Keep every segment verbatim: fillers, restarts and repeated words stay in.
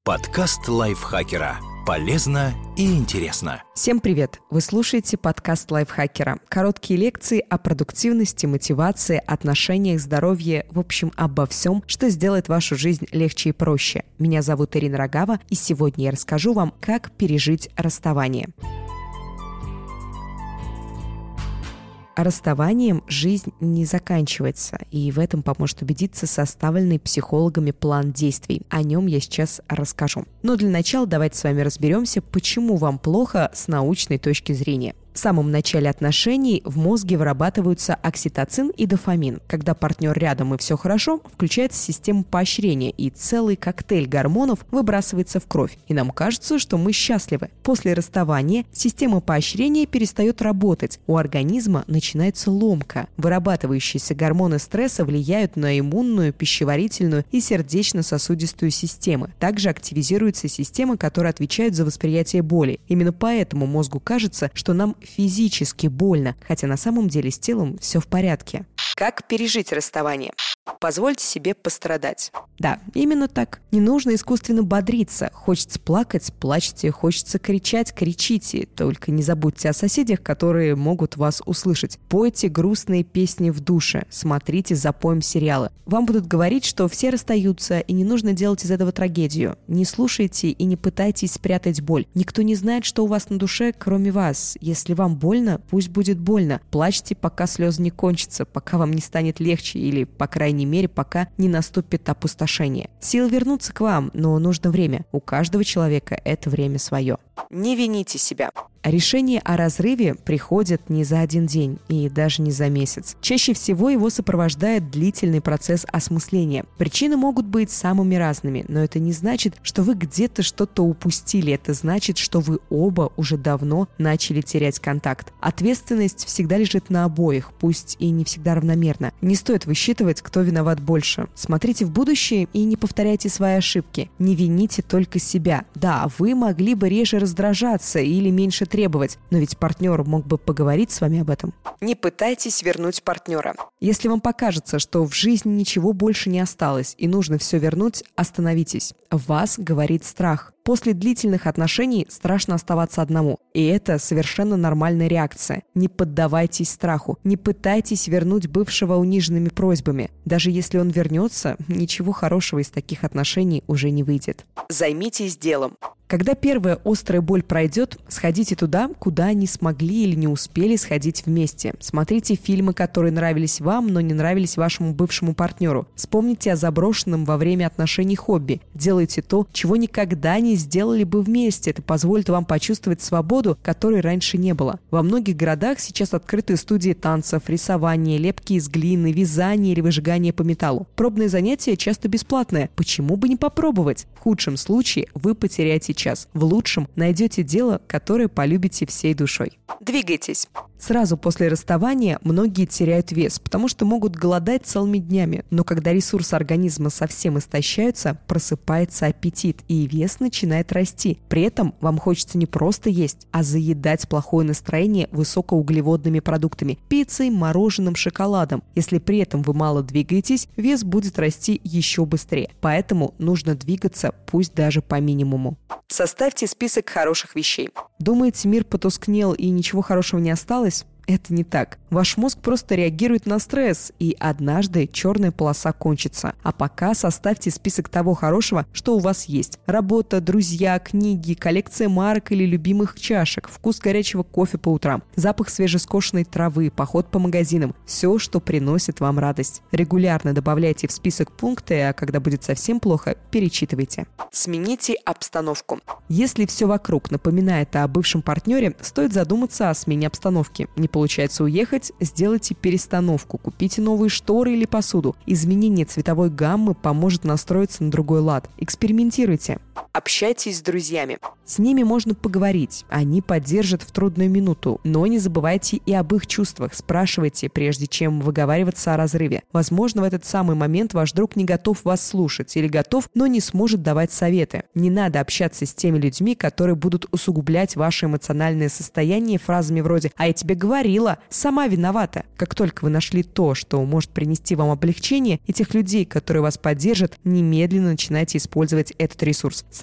Подкаст лайфхакера. Полезно и интересно. Всем привет! Вы слушаете подкаст лайфхакера. Короткие лекции о продуктивности, мотивации, отношениях, здоровье, в общем, обо всем, что сделает вашу жизнь легче и проще. Меня зовут Ирина Рогава, и сегодня я расскажу вам, как пережить расставание. Расставанием жизнь не заканчивается, и в этом поможет убедиться составленный психологами план действий. О нем я сейчас расскажу. Но для начала давайте с вами разберемся, почему вам плохо с научной точки зрения. В самом начале отношений в мозге вырабатываются окситоцин и дофамин. Когда партнер рядом и все хорошо, включается система поощрения, и целый коктейль гормонов выбрасывается в кровь. И нам кажется, что мы счастливы. После расставания система поощрения перестает работать. У организма начинается ломка. Вырабатывающиеся гормоны стресса влияют на иммунную, пищеварительную и сердечно-сосудистую системы. Также активизируется система, которая отвечает за восприятие боли. Именно поэтому мозгу кажется, что нам физически больно, хотя на самом деле с телом все в порядке. Как пережить расставание? Позвольте себе пострадать. Да, именно так. Не нужно искусственно бодриться. Хочется плакать – плачьте, хочется кричать – кричите. Только не забудьте о соседях, которые могут вас услышать. Пойте грустные песни в душе, смотрите запоем сериалы. Вам будут говорить, что все расстаются, и не нужно делать из этого трагедию. Не слушайте и не пытайтесь спрятать боль. Никто не знает, что у вас на душе, кроме вас. Если вам больно, пусть будет больно. Плачьте, пока слезы не кончатся, пока вам не станет легче или, по крайней мере, пока не наступит опустошение. Сил вернуться к вам, но нужно время. У каждого человека это время свое. Не вините себя. Решение о разрыве приходит не за один день и даже не за месяц. Чаще всего его сопровождает длительный процесс осмысления. Причины могут быть самыми разными, но это не значит, что вы где-то что-то упустили. Это значит, что вы оба уже давно начали терять контакт. Ответственность всегда лежит на обоих, пусть и не всегда равномерно. Не стоит высчитывать, кто виноват больше. Смотрите в будущее и не повторяйте свои ошибки. Не вините только себя. Да, вы могли бы реже раздражаться или меньше требовать, но ведь партнер мог бы поговорить с вами об этом. Не пытайтесь вернуть партнера. Если вам покажется, что в жизни ничего больше не осталось и нужно все вернуть, остановитесь. В вас говорит страх. После длительных отношений страшно оставаться одному, и это совершенно нормальная реакция. Не поддавайтесь страху, не пытайтесь вернуть бывшего униженными просьбами. Даже если он вернется, ничего хорошего из таких отношений уже не выйдет. Займитесь делом. Когда первая острая боль пройдет, сходите туда, куда не смогли или не успели сходить вместе. Смотрите фильмы, которые нравились вам, но не нравились вашему бывшему партнеру. Вспомните о заброшенном во время отношений хобби. Делайте то, чего никогда не сделали бы вместе. Это позволит вам почувствовать свободу, которой раньше не было. Во многих городах сейчас открыты студии танцев, рисования, лепки из глины, вязания или выжигания по металлу. Пробные занятия часто бесплатные. Почему бы не попробовать? В худшем случае вы потеряете час. В лучшем найдете дело, которое полюбите всей душой. Двигайтесь. Сразу после расставания многие теряют вес, потому что могут голодать целыми днями. Но когда ресурсы организма совсем истощаются, просыпается аппетит, и вес начинает расти. При этом вам хочется не просто есть, а заедать плохое настроение высокоуглеводными продуктами – пиццей, мороженым, шоколадом. Если при этом вы мало двигаетесь, вес будет расти еще быстрее. Поэтому нужно двигаться, пусть даже по минимуму. Составьте список хороших вещей. Думаете, мир потускнел и ничего хорошего не осталось? Это не так. Ваш мозг просто реагирует на стресс, и однажды черная полоса кончится. А пока составьте список того хорошего, что у вас есть. Работа, друзья, книги, коллекция марок или любимых чашек, вкус горячего кофе по утрам, запах свежескошенной травы, поход по магазинам. Все, что приносит вам радость. Регулярно добавляйте в список пункты, а когда будет совсем плохо, перечитывайте. Смените обстановку. Если все вокруг напоминает о бывшем партнере, стоит задуматься о смене обстановки. Не получается уехать, сделайте перестановку, купите новые шторы или посуду. Изменение цветовой гаммы поможет настроиться на другой лад. Экспериментируйте. Общайтесь с друзьями. С ними можно поговорить, они поддержат в трудную минуту. Но не забывайте и об их чувствах. Спрашивайте, прежде чем выговариваться о разрыве. Возможно, в этот самый момент ваш друг не готов вас слушать или готов, но не сможет давать советы. Не надо общаться с теми людьми, которые будут усугублять ваше эмоциональное состояние фразами вроде «а я тебе говорила, сама виновата». Как только вы нашли то, что может принести вам облегчение, и тех людей, которые вас поддержат, немедленно начинайте использовать этот ресурс.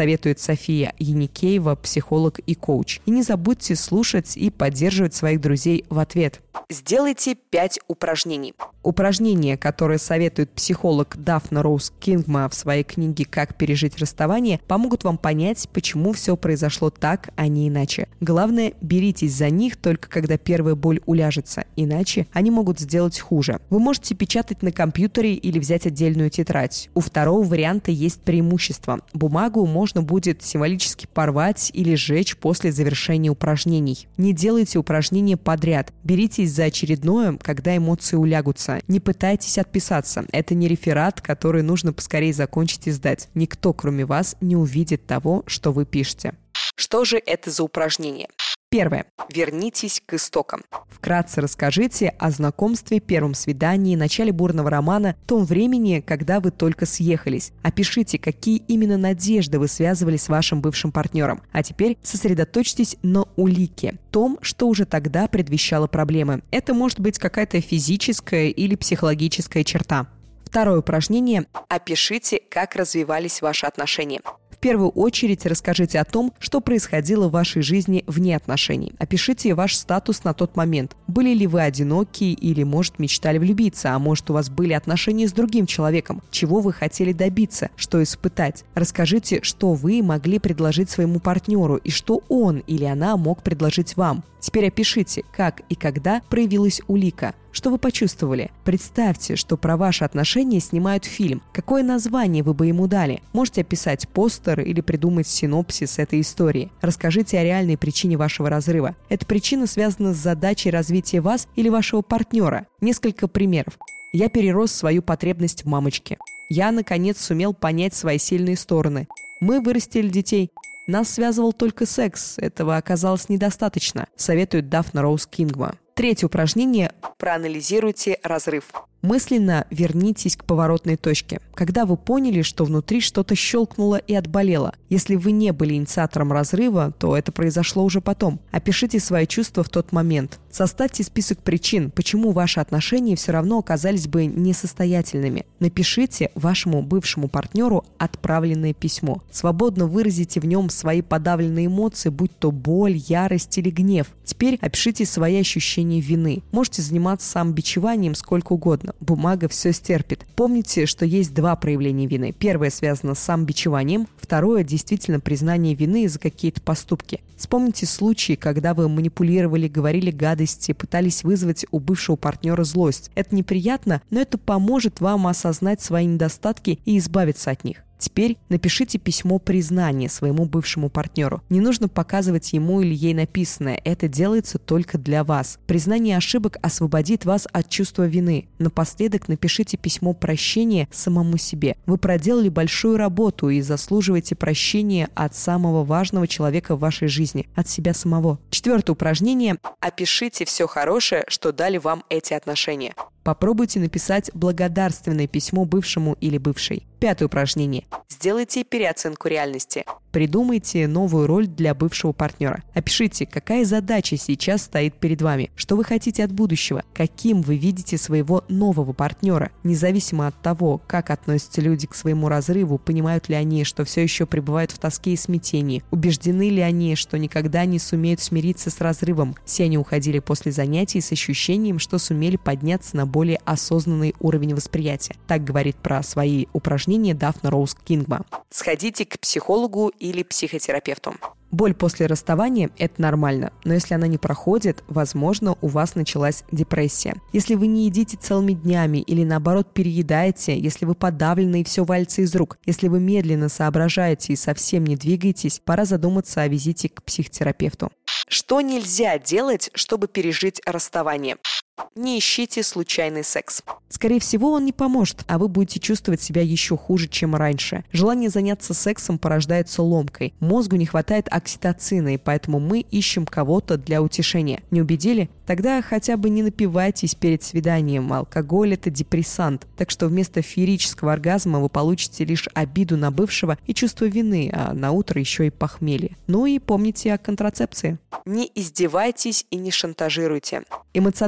советует София Яникеева, психолог и коуч. И не забудьте слушать и поддерживать своих друзей в ответ. Сделайте пять упражнений. Упражнения, которые советует психолог Дафна Роуз Кингма в своей книге «Как пережить расставание», помогут вам понять, почему все произошло так, а не иначе. Главное, беритесь за них только когда первая боль уляжется, иначе они могут сделать хуже. Вы можете печатать на компьютере или взять отдельную тетрадь. У второго варианта есть преимущество. Бумагу можно будет символически порвать или сжечь после завершения упражнений. Не делайте упражнения подряд. Беритесь за очередное, когда эмоции улягутся. Не пытайтесь отписаться. Это не реферат, который нужно поскорее закончить и сдать. Никто, кроме вас, не увидит того, что вы пишете. Что же это за упражнение? Первое. Вернитесь к истокам. Вкратце расскажите о знакомстве, первом свидании, начале бурного романа, том времени, когда вы только съехались. Опишите, какие именно надежды вы связывали с вашим бывшим партнером. А теперь сосредоточьтесь на улике, том, что уже тогда предвещало проблемы. Это может быть какая-то физическая или психологическая черта. Второе упражнение. Опишите, как развивались ваши отношения. В первую очередь расскажите о том, что происходило в вашей жизни вне отношений. Опишите ваш статус на тот момент. Были ли вы одиноки или, может, мечтали влюбиться, а может, у вас были отношения с другим человеком? Чего вы хотели добиться? Что испытать? Расскажите, что вы могли предложить своему партнеру и что он или она мог предложить вам. Теперь опишите, как и когда проявилась улика. Что вы почувствовали? Представьте, что про ваши отношения снимают фильм. Какое название вы бы ему дали? Можете описать постер или придумать синопсис этой истории. Расскажите о реальной причине вашего разрыва. Эта причина связана с задачей развития вас или вашего партнера. Несколько примеров. Я перерос свою потребность в мамочке. Я, наконец, сумел понять свои сильные стороны. Мы вырастили детей. Нас связывал только секс. Этого оказалось недостаточно, советует Дафна Роуз Кингма. Третье упражнение. Проанализируйте разрыв. Мысленно вернитесь к поворотной точке, когда вы поняли, что внутри что-то щелкнуло и отболело. Если вы не были инициатором разрыва, то это произошло уже потом. Опишите свои чувства в тот момент. Составьте список причин, почему ваши отношения все равно оказались бы несостоятельными. Напишите вашему бывшему партнеру отправленное письмо. Свободно выразите в нем свои подавленные эмоции, будь то боль, ярость или гнев. Теперь опишите свои ощущения вины. Можете заниматься самобичеванием сколько угодно. Бумага все стерпит. Помните, что есть два проявления вины. Первое связано с самобичеванием, второе – действительно признание вины за какие-то поступки. Вспомните случаи, когда вы манипулировали, говорили гадости, пытались вызвать у бывшего партнера злость. Это неприятно, но это поможет вам осознать свои недостатки и избавиться от них. Теперь напишите письмо признания своему бывшему партнеру. Не нужно показывать ему или ей написанное. Это делается только для вас. Признание ошибок освободит вас от чувства вины. Напоследок напишите письмо прощения самому себе. Вы проделали большую работу и заслуживаете прощения от самого важного человека в вашей жизни, от себя самого. Четвертое упражнение. Опишите все хорошее, что дали вам эти отношения. Попробуйте написать благодарственное письмо бывшему или бывшей. Пятое упражнение. Сделайте переоценку реальности. Придумайте новую роль для бывшего партнера. Опишите, какая задача сейчас стоит перед вами, что вы хотите от будущего, каким вы видите своего нового партнера. Независимо от того, как относятся люди к своему разрыву, понимают ли они, что все еще пребывают в тоске и смятении, убеждены ли они, что никогда не сумеют смириться с разрывом. Все они уходили после занятий с ощущением, что сумели подняться на более осознанный уровень восприятия. Так говорит про свои упражнения Дафна Роуз Кингма. Сходите к психологу или психотерапевту. Боль после расставания – это нормально, но если она не проходит, возможно, у вас началась депрессия. Если вы не едите целыми днями или, наоборот, переедаете, если вы подавлены и все валится из рук, если вы медленно соображаете и совсем не двигаетесь, пора задуматься о визите к психотерапевту. Что нельзя делать, чтобы пережить расставание? Не ищите случайный секс. Скорее всего, он не поможет, а вы будете чувствовать себя еще хуже, чем раньше. Желание заняться сексом порождается ломкой. Мозгу не хватает окситоцина, и поэтому мы ищем кого-то для утешения. Не убедили? Тогда хотя бы не напивайтесь перед свиданием. Алкоголь – это депрессант. Так что вместо феерического оргазма вы получите лишь обиду на бывшего и чувство вины, а на утро еще и похмелье. Ну и помните о контрацепции. Не издевайтесь и не шантажируйте. Эмоциональный шантаж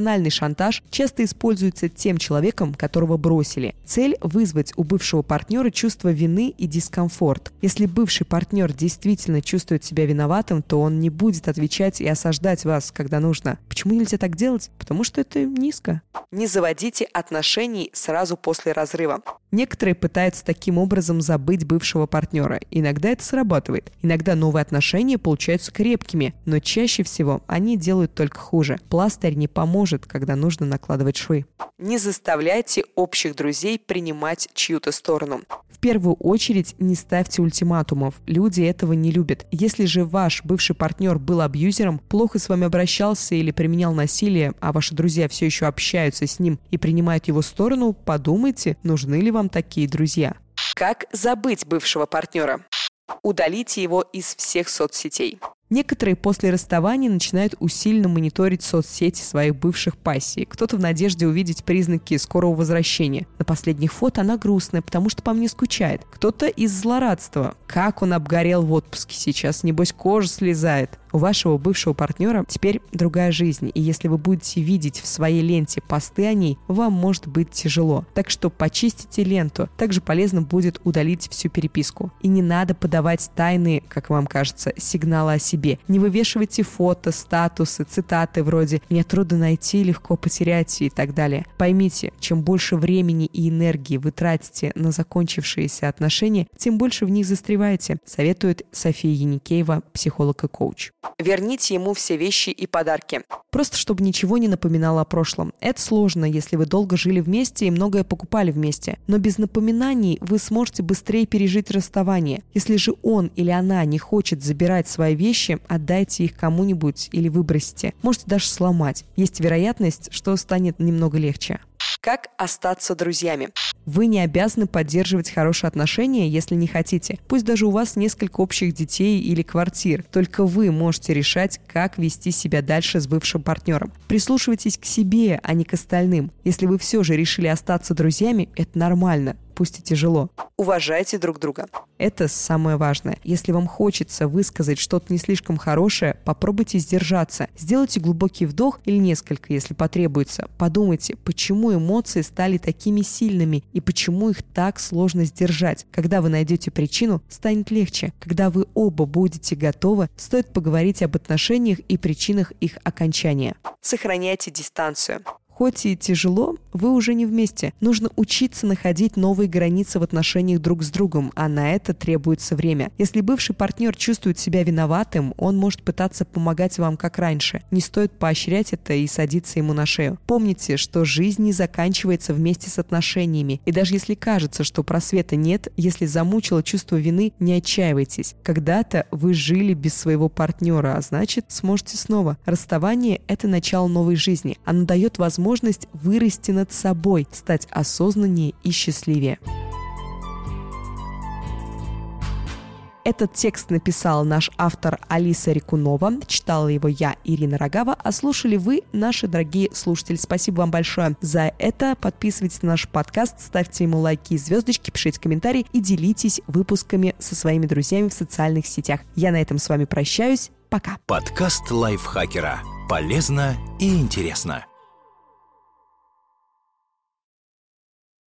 шантаж часто используется тем человеком, которого бросили. Цель – вызвать у бывшего партнера чувство вины и дискомфорт. Если бывший партнер действительно чувствует себя виноватым, то он не будет отвечать и осаждать вас, когда нужно. Почему нельзя так делать? Потому что это низко. Не заводите отношений сразу после разрыва. Некоторые пытаются таким образом забыть бывшего партнера. Иногда это срабатывает. Иногда новые отношения получаются крепкими, но чаще всего они делают только хуже. Пластырь не поможет, когда нужно накладывать швы. Не заставляйте общих друзей принимать чью-то сторону. В первую очередь не ставьте ультиматумов. Люди этого не любят. Если же ваш бывший партнер был абьюзером, плохо с вами обращался или применял насилие, а ваши друзья все еще общаются с ним и принимают его сторону, подумайте, нужны ли вам такие друзья. Как забыть бывшего партнера? Удалите его из всех соцсетей. Некоторые после расставания начинают усиленно мониторить соцсети своих бывших пассий. Кто-то в надежде увидеть признаки скорого возвращения. На последних фото она грустная, потому что по мне скучает. Кто-то из злорадства. Как он обгорел в отпуске сейчас, небось кожа слезает. У вашего бывшего партнера теперь другая жизнь, и если вы будете видеть в своей ленте посты о ней, вам может быть тяжело. Так что почистите ленту. Также полезно будет удалить всю переписку. И не надо подавать тайные, как вам кажется, сигналы о себе. Не вывешивайте фото, статусы, цитаты вроде «мне трудно найти, легко потерять» и так далее. Поймите, чем больше времени и энергии вы тратите на закончившиеся отношения, тем больше в них застреваете, советует София Яникеева, психолог и коуч. Верните ему все вещи и подарки. Просто чтобы ничего не напоминало о прошлом. Это сложно, если вы долго жили вместе и многое покупали вместе. Но без напоминаний вы сможете быстрее пережить расставание. Если же он или она не хочет забирать свои вещи, отдайте их кому-нибудь или выбросьте. Можете даже сломать. Есть вероятность, что станет немного легче. Как остаться друзьями? Вы не обязаны поддерживать хорошие отношения, если не хотите. Пусть даже у вас несколько общих детей или квартир. Только вы можете решать, как вести себя дальше с бывшим партнером. Прислушивайтесь к себе, а не к остальным. Если вы все же решили остаться друзьями, это нормально. Пусть и тяжело. Уважайте друг друга. Это самое важное. Если вам хочется высказать что-то не слишком хорошее, попробуйте сдержаться. Сделайте глубокий вдох или несколько, если потребуется. Подумайте, почему эмоции стали такими сильными и почему их так сложно сдержать. Когда вы найдете причину, станет легче. Когда вы оба будете готовы, стоит поговорить об отношениях и причинах их окончания. Сохраняйте дистанцию. Хоть и тяжело, вы уже не вместе. Нужно учиться находить новые границы в отношениях друг с другом, а на это требуется время. Если бывший партнер чувствует себя виноватым, он может пытаться помогать вам как раньше. Не стоит поощрять это и садиться ему на шею. Помните, что жизнь не заканчивается вместе с отношениями. И даже если кажется, что просвета нет, если замучило чувство вины, не отчаивайтесь. Когда-то вы жили без своего партнера, а значит, сможете снова. Расставание – это начало новой жизни. Оно дает возможность возможность вырасти над собой, стать осознаннее и счастливее. Этот текст написал наш автор Алиса Рекунова, читала его я, Ирина Рогава, а слушали вы, наши дорогие слушатели. Спасибо вам большое за это. Подписывайтесь на наш подкаст, ставьте ему лайки и звездочки, пишите комментарии и делитесь выпусками со своими друзьями в социальных сетях. Я на этом с вами прощаюсь. Пока. Подкаст лайфхакера. Полезно и интересно.